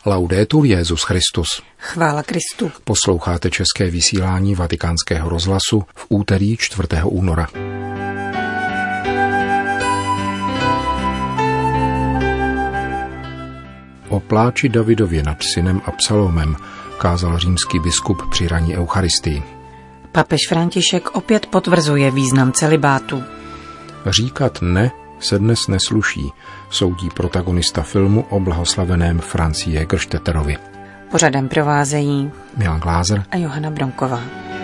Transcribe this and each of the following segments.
Laudetur Jesus Christus. Chvála Kristu. Posloucháte české vysílání Vatikánského rozhlasu v úterý 4. února. O pláči Davidově nad synem Absalomem kázal římský biskup při ranní eucharistii. Papež František opět potvrzuje význam celibátu. Říkat ne se dnes nesluší, soudí protagonista filmu o blahoslaveném Francii Jägerstätterovi. Pořadem provázejí Milan Glázer a Johana Bronková.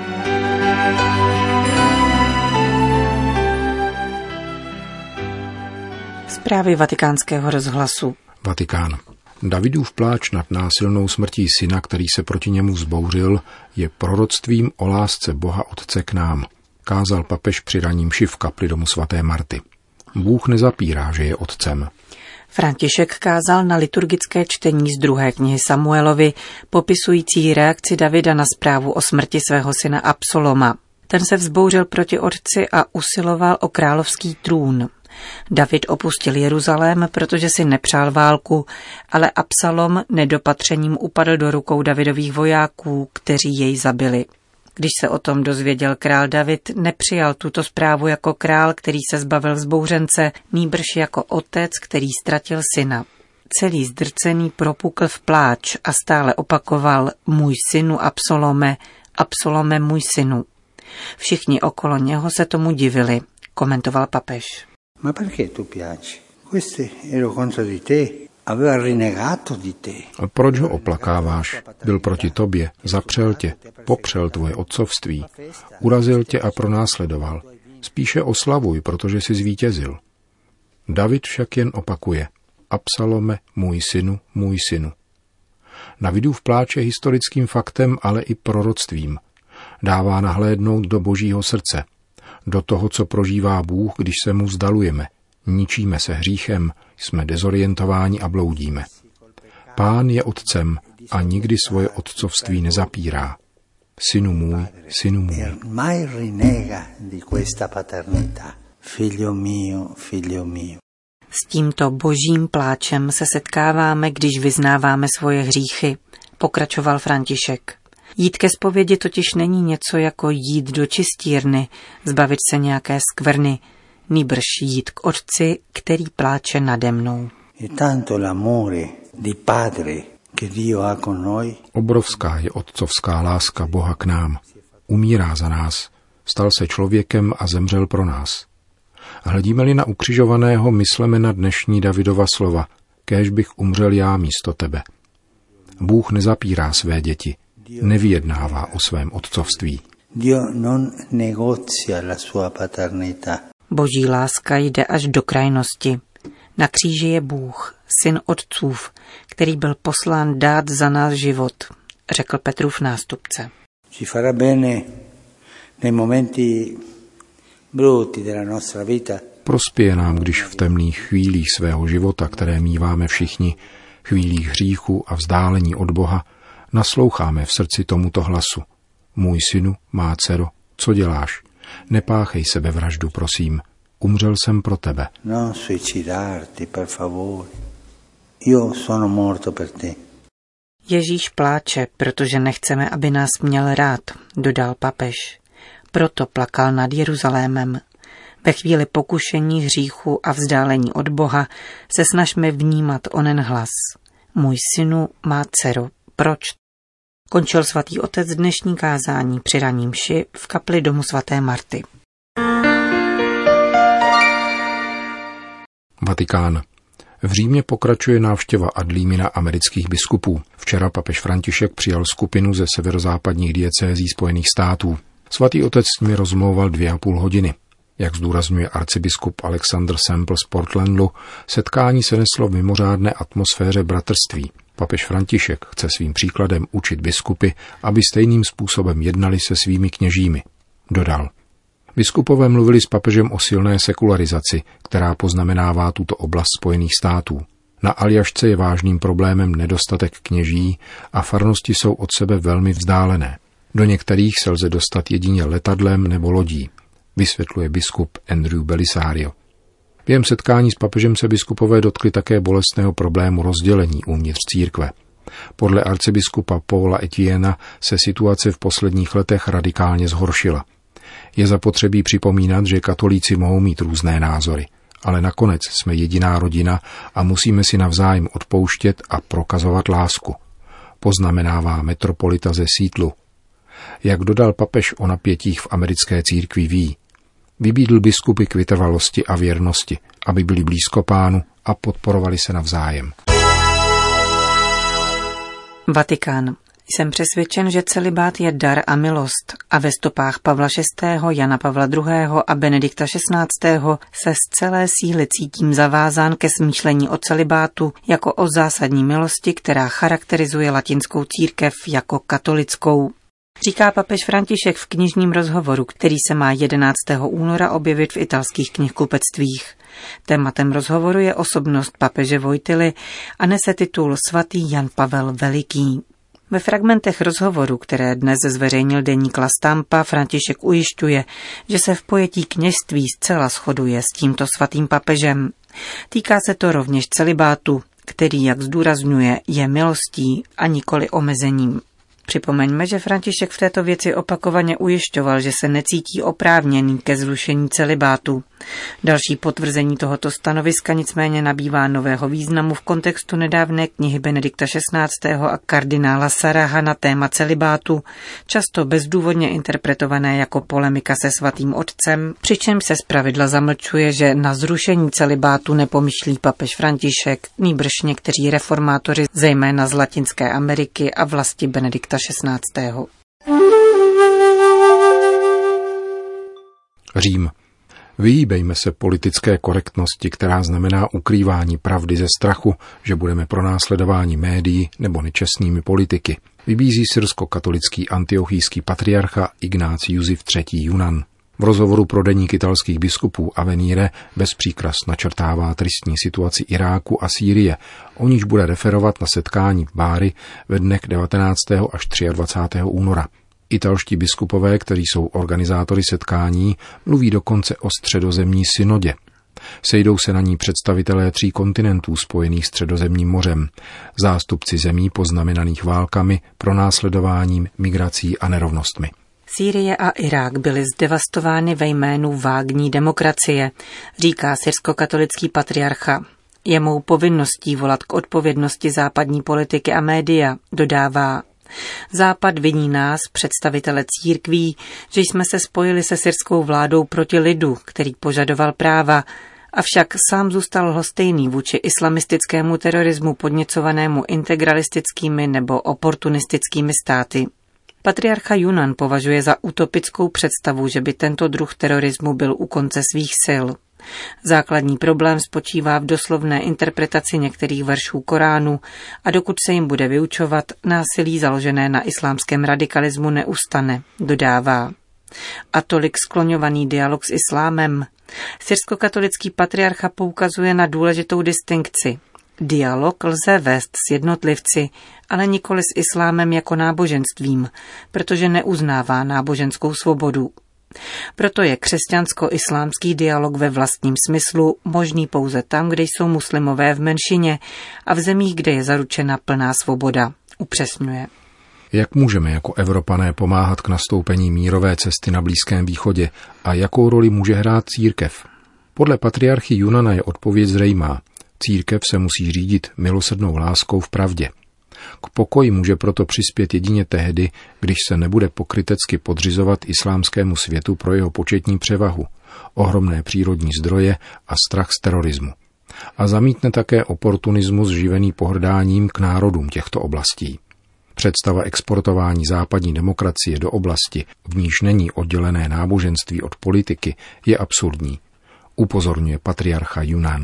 Zprávy Vatikánského rozhlasu. Vatikán. Davidův pláč nad násilnou smrtí syna, který se proti němu vzbouřil, je proroctvím o lásce Boha Otce k nám, kázal papež při ranní mši v kapli domu svaté Marty. Bůh nezapírá, že je otcem. František kázal na liturgické čtení z 2. knihy Samuelovi, popisující reakci Davida na zprávu o smrti svého syna Absaloma. Ten se vzbouřil proti otci a usiloval o královský trůn. David opustil Jeruzalém, protože si nepřál válku, ale Absalom nedopatřením upadl do rukou Davidových vojáků, kteří jej zabili. Když se o tom dozvěděl král David, nepřijal tuto zprávu jako král, který se zbavil vzbouřence, nýbrž jako otec, který ztratil syna. Celý zdrcený propukl v pláč a stále opakoval: můj synu Absalome, Absalome můj synu. Všichni okolo něho se tomu divili, komentoval papež. Ma perché tu piaci? Questo ero contro di te. Aveva rinnegato di te. Proč ho oplakáváš? Byl proti tobě, zapřel tě, popřel tvoje otcovství, urazil tě a pronásledoval. Spíše oslavuj, protože jsi zvítězil. David však jen opakuje: Absalome, můj synu, můj synu. Davidův pláč je historickým faktem, ale i proroctvím. Dává nahlédnout do Božího srdce, do toho, co prožívá Bůh, když se mu vzdalujeme. Ničíme se hříchem, jsme dezorientováni a bloudíme. Pán je otcem a nikdy svoje otcovství nezapírá. Synu můj, synu můj. S tímto božím pláčem se setkáváme, když vyznáváme svoje hříchy, pokračoval František. Jít ke zpovědi totiž není něco jako jít do čistírny, zbavit se nějaké skvrny, nýbrž jít k otci, který pláče nade mnou. Obrovská je otcovská láska Boha k nám. Umírá za nás, stal se člověkem a zemřel pro nás. Hledíme-li na ukřižovaného, mysleme na dnešní Davidova slova: kéž bych umřel já místo tebe. Bůh nezapírá své děti, nevyjednává o svém otcovství. Boží láska jde až do krajnosti. Na kříži je Bůh, syn otcův, který byl poslán dát za nás život, řekl Petrův nástupce. Prospěje nám, když v temných chvílích svého života, které míváme všichni, chvílích hříchu a vzdálení od Boha, nasloucháme v srdci tomuto hlasu: můj synu, má dcero, co děláš? Nepáchej sebevraždu, prosím. Umřel jsem pro tebe. Non suicidarti, per favore. Io sono morto per te. Ježíš pláče, protože nechceme, aby nás měl rád, dodal papež. Proto plakal nad Jeruzalémem. Ve chvíli pokušení, hříchu a vzdálení od Boha se snažme vnímat onen hlas: můj synu, má dcero, proč? Končil svatý otec dnešní kázání při ranní mši v kapli domu svaté Marty. Vatikán. V Římě pokračuje návštěva ad limina amerických biskupů. Včera papež František přijal skupinu ze severozápadních diecézí Spojených států. Svatý otec s nimi rozmlouval 2,5 hodiny. Jak zdůrazňuje arcibiskup Alexander Semple z Portlandu, setkání se neslo v mimořádné atmosféře bratrství. Papež František chce svým příkladem učit biskupy, aby stejným způsobem jednali se svými kněžími. Dodal: biskupové mluvili s papežem o silné sekularizaci, která poznamenává tuto oblast Spojených států. Na Aljašce je vážným problémem nedostatek kněží a farnosti jsou od sebe velmi vzdálené. Do některých se lze dostat jedině letadlem nebo lodí, vysvětluje biskup Andrew Belisario. Během setkání s papežem se biskupové dotkli také bolestného problému rozdělení uvnitř církve. Podle arcibiskupa Paula Etienne se situace v posledních letech radikálně zhoršila. Je zapotřebí připomínat, že katolíci mohou mít různé názory, ale nakonec jsme jediná rodina a musíme si navzájem odpouštět a prokazovat lásku, poznamenává metropolita ze Seattlu. Jak dodal papež o napětích v americké církvi ví, vybídl biskupy k vytrvalosti a věrnosti, aby byli blízko Pánu a podporovali se navzájem. Vatikán. Jsem přesvědčen, že celibát je dar a milost a ve stopách Pavla VI., Jana Pavla II. A Benedikta XVI. Se z celé síly cítím zavázán ke smýšlení o celibátu jako o zásadní milosti, která charakterizuje latinskou církev jako katolickou. Říká papež František v knižním rozhovoru, který se má 11. února objevit v italských knihkupectvích. Tématem rozhovoru je osobnost papeže Wojtyly a nese titul Svatý Jan Pavel Veliký. Ve fragmentech rozhovoru, které dnes zveřejnil deník La Stampa, František ujišťuje, že se v pojetí kněžství zcela shoduje s tímto svatým papežem. Týká se to rovněž celibátu, který, jak zdůrazňuje, je milostí a nikoli omezením. Připomeňme, že František v této věci opakovaně ujišťoval, že se necítí oprávněný ke zrušení celibátu. Další potvrzení tohoto stanoviska nicméně nabývá nového významu v kontextu nedávné knihy Benedikta XVI. A kardinála Saraha na téma celibátu, často bezdůvodně interpretované jako polemika se svatým otcem, přičemž se zpravidla zamlčuje, že na zrušení celibátu nepomýšlí papež František, nýbrž někteří reformátoři, zejména z Latinské Ameriky a vlasti Benedikta XVI. Řím. Vyhýbejme se politické korektnosti, která znamená ukrývání pravdy ze strachu, že budeme pronásledováni médií nebo nečestnými politiky, vybízí syrsko-katolický antiochijský patriarcha Ignácius III. Junan. V rozhovoru pro deník italských biskupů Avvenire bez příkras načrtává tristní situaci Iráku a Sýrie, o níž bude referovat na setkání v Bári ve dnech 19. až 23. února. Italští biskupové, kteří jsou organizátory setkání, mluví dokonce o středozemní synodě. Sejdou se na ní představitelé 3 kontinentů spojených Středozemním mořem, zástupci zemí poznamenaných válkami, pronásledováním, migrací a nerovnostmi. Sýrie a Irák byly zdevastovány ve jménu vágní demokracie, říká syrsko-katolický patriarcha. Je mou povinností volat k odpovědnosti západní politiky a média, dodává. Západ viní nás, představitele církví, že jsme se spojili se syrskou vládou proti lidu, který požadoval práva, avšak sám zůstal lhostejný vůči islamistickému terorismu podněcovanému integralistickými nebo oportunistickými státy. Patriarcha Junan považuje za utopickou představu, že by tento druh terorismu byl u konce svých sil. Základní problém spočívá v doslovné interpretaci některých veršů Koránu a dokud se jim bude vyučovat, násilí založené na islámském radikalismu neustane, dodává. A tolik skloňovaný dialog s islámem. Syrsko-katolický patriarcha poukazuje na důležitou distinkci. Dialog lze vést s jednotlivci, ale nikoli s islámem jako náboženstvím, protože neuznává náboženskou svobodu. Proto je křesťansko-islámský dialog ve vlastním smyslu možný pouze tam, kde jsou muslimové v menšině a v zemích, kde je zaručena plná svoboda, upřesňuje. Jak můžeme jako Evropané pomáhat k nastoupení mírové cesty na Blízkém východě a jakou roli může hrát církev? Podle patriarchy Junana je odpověď zřejmá. Církev se musí řídit milosrdnou láskou v pravdě. K pokoji může proto přispět jedině tehdy, když se nebude pokrytecky podřizovat islámskému světu pro jeho početní převahu, ohromné přírodní zdroje a strach z terorismu. A zamítne také oportunismus živený pohrdáním k národům těchto oblastí. Představa exportování západní demokracie do oblasti, v níž není oddělené náboženství od politiky, je absurdní, upozorňuje patriarcha Junan.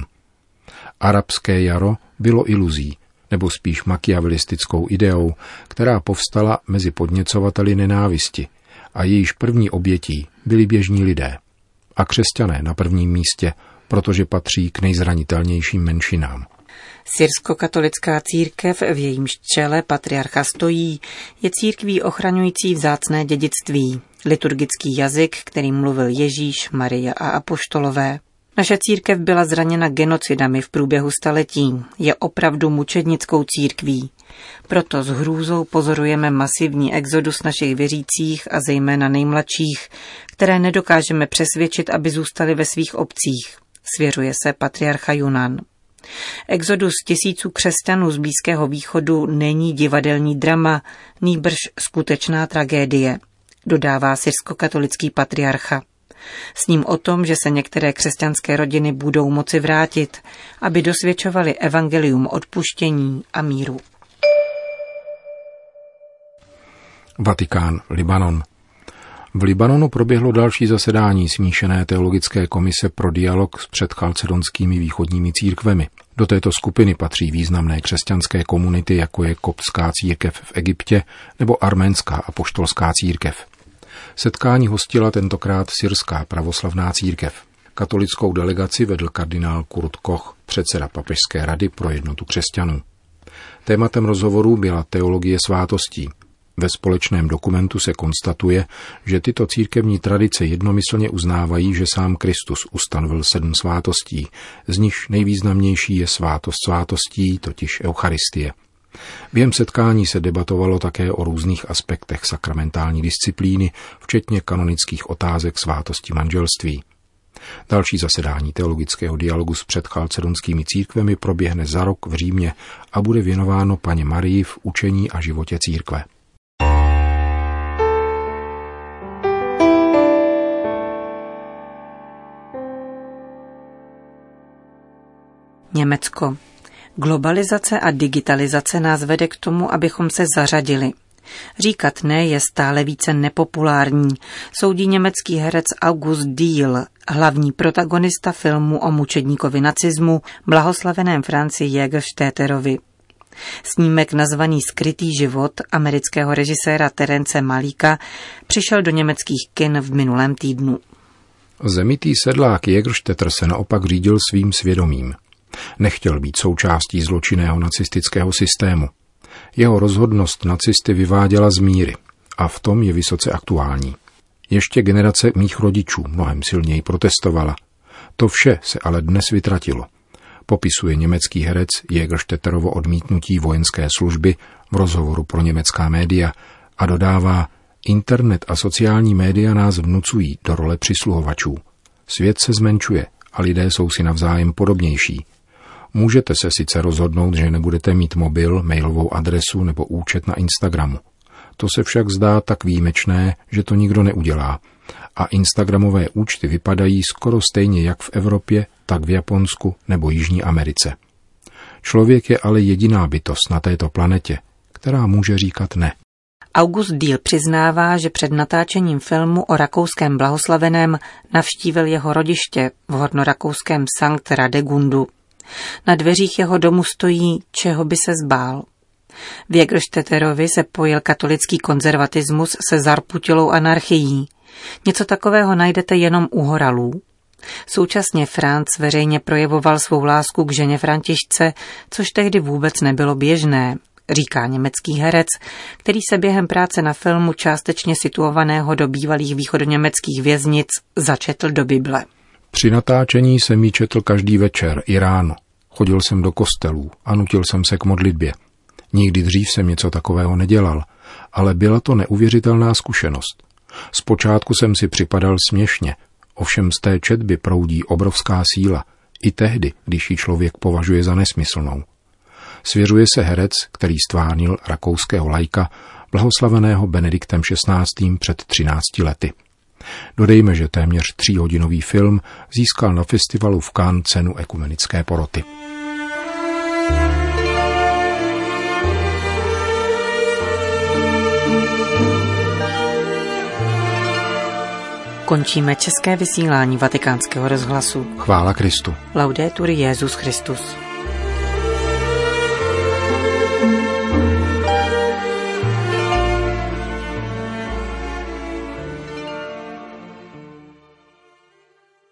Arabské jaro bylo iluzí, nebo spíš machiavelistickou ideou, která povstala mezi podněcovateli nenávisti a jejíž první obětí byli běžní lidé. A křesťané na prvním místě, protože patří k nejzranitelnějším menšinám. Syrsko-katolická církev, v jejímž čele patriarcha stojí, je církví ochraňující vzácné dědictví, liturgický jazyk, kterým mluvil Ježíš, Maria a apoštolové. Naše církev byla zraněna genocidami v průběhu staletí, je opravdu mučednickou církví. Proto s hrůzou pozorujeme masivní exodus našich věřících a zejména nejmladších, které nedokážeme přesvědčit, aby zůstali ve svých obcích, svěřuje se patriarcha Junan. Exodus tisíců křesťanů z Blízkého východu není divadelní drama, nýbrž skutečná tragédie, dodává syrskokatolický patriarcha. S ním o tom, že se některé křesťanské rodiny budou moci vrátit, aby dosvědčovali evangelium odpuštění a míru. Vatikán, Libanon. V Libanonu proběhlo další zasedání smíšené teologické komise pro dialog s předchalcedonskými východními církvemi. Do této skupiny patří významné křesťanské komunity, jako je koptská církev v Egyptě nebo arménská apoštolská církev. Setkání hostila tentokrát syrská pravoslavná církev. Katolickou delegaci vedl kardinál Kurt Koch, předseda Papežské rady pro jednotu křesťanů. Tématem rozhovoru byla teologie svátostí. Ve společném dokumentu se konstatuje, že tyto církevní tradice jednomyslně uznávají, že sám Kristus ustanovil 7 svátostí, z nichž nejvýznamnější je svátost svátostí, totiž Eucharistie. Během setkání se debatovalo také o různých aspektech sakramentální disciplíny, včetně kanonických otázek svátosti manželství. Další zasedání teologického dialogu s předchalcedonskými církvemi proběhne za rok v Římě a bude věnováno Panně Marii v učení a životě církve. Německo. Globalizace a digitalizace nás vede k tomu, abychom se zařadili. Říkat ne je stále více nepopulární, soudí německý herec August Diehl, hlavní protagonista filmu o mučedníkovi nacismu, blahoslaveném Franzi Jägerstätterovi. Snímek nazvaný Skrytý život amerického režiséra Terence Malika přišel do německých kin v minulém týdnu. Zemitý sedlák Jägerstätter se naopak řídil svým svědomím. Nechtěl být součástí zločinného nacistického systému. Jeho rozhodnost nacisty vyváděla z míry a v tom je vysoce aktuální. Ještě generace mých rodičů mnohem silněji protestovala. To vše se ale dnes vytratilo. Popisuje německý herec Jägerstätterovo odmítnutí vojenské služby v rozhovoru pro německá média a dodává: internet a sociální média nás vnucují do role přisluhovačů. Svět se zmenšuje a lidé jsou si navzájem podobnější. Můžete se sice rozhodnout, že nebudete mít mobil, mailovou adresu nebo účet na Instagramu. To se však zdá tak výjimečné, že to nikdo neudělá. A instagramové účty vypadají skoro stejně jak v Evropě, tak v Japonsku nebo Jižní Americe. Člověk je ale jediná bytost na této planetě, která může říkat ne. August Diehl přiznává, že před natáčením filmu o rakouském blahoslaveném navštívil jeho rodiště v hornorakouském Sankt Radegundu. Na dveřích jeho domu stojí, čeho by se zbál. V Jägerstätterovi se pojil katolický konzervatismus se zarputilou anarchií. Něco takového najdete jenom u Horalů. Současně Franz veřejně projevoval svou lásku k ženě Františce, což tehdy vůbec nebylo běžné, říká německý herec, který se během práce na filmu částečně situovaného do bývalých východoněmeckých věznic začetl do Bible. Při natáčení jsem ji četl každý večer i ráno. Chodil jsem do kostelů a nutil jsem se k modlitbě. Nikdy dřív jsem něco takového nedělal, ale byla to neuvěřitelná zkušenost. Zpočátku jsem si připadal směšně, ovšem z té četby proudí obrovská síla, i tehdy, když ji člověk považuje za nesmyslnou. Svěřuje se herec, který stvárnil rakouského laika, blahoslaveného Benediktem XVI. Před 13 lety. Dodejme, že téměř 3hodinový film získal na festivalu v Cannes cenu ekumenické poroty. Končíme české vysílání Vatikánského rozhlasu. Chvála Kristu. Laudetur Jesus Christus.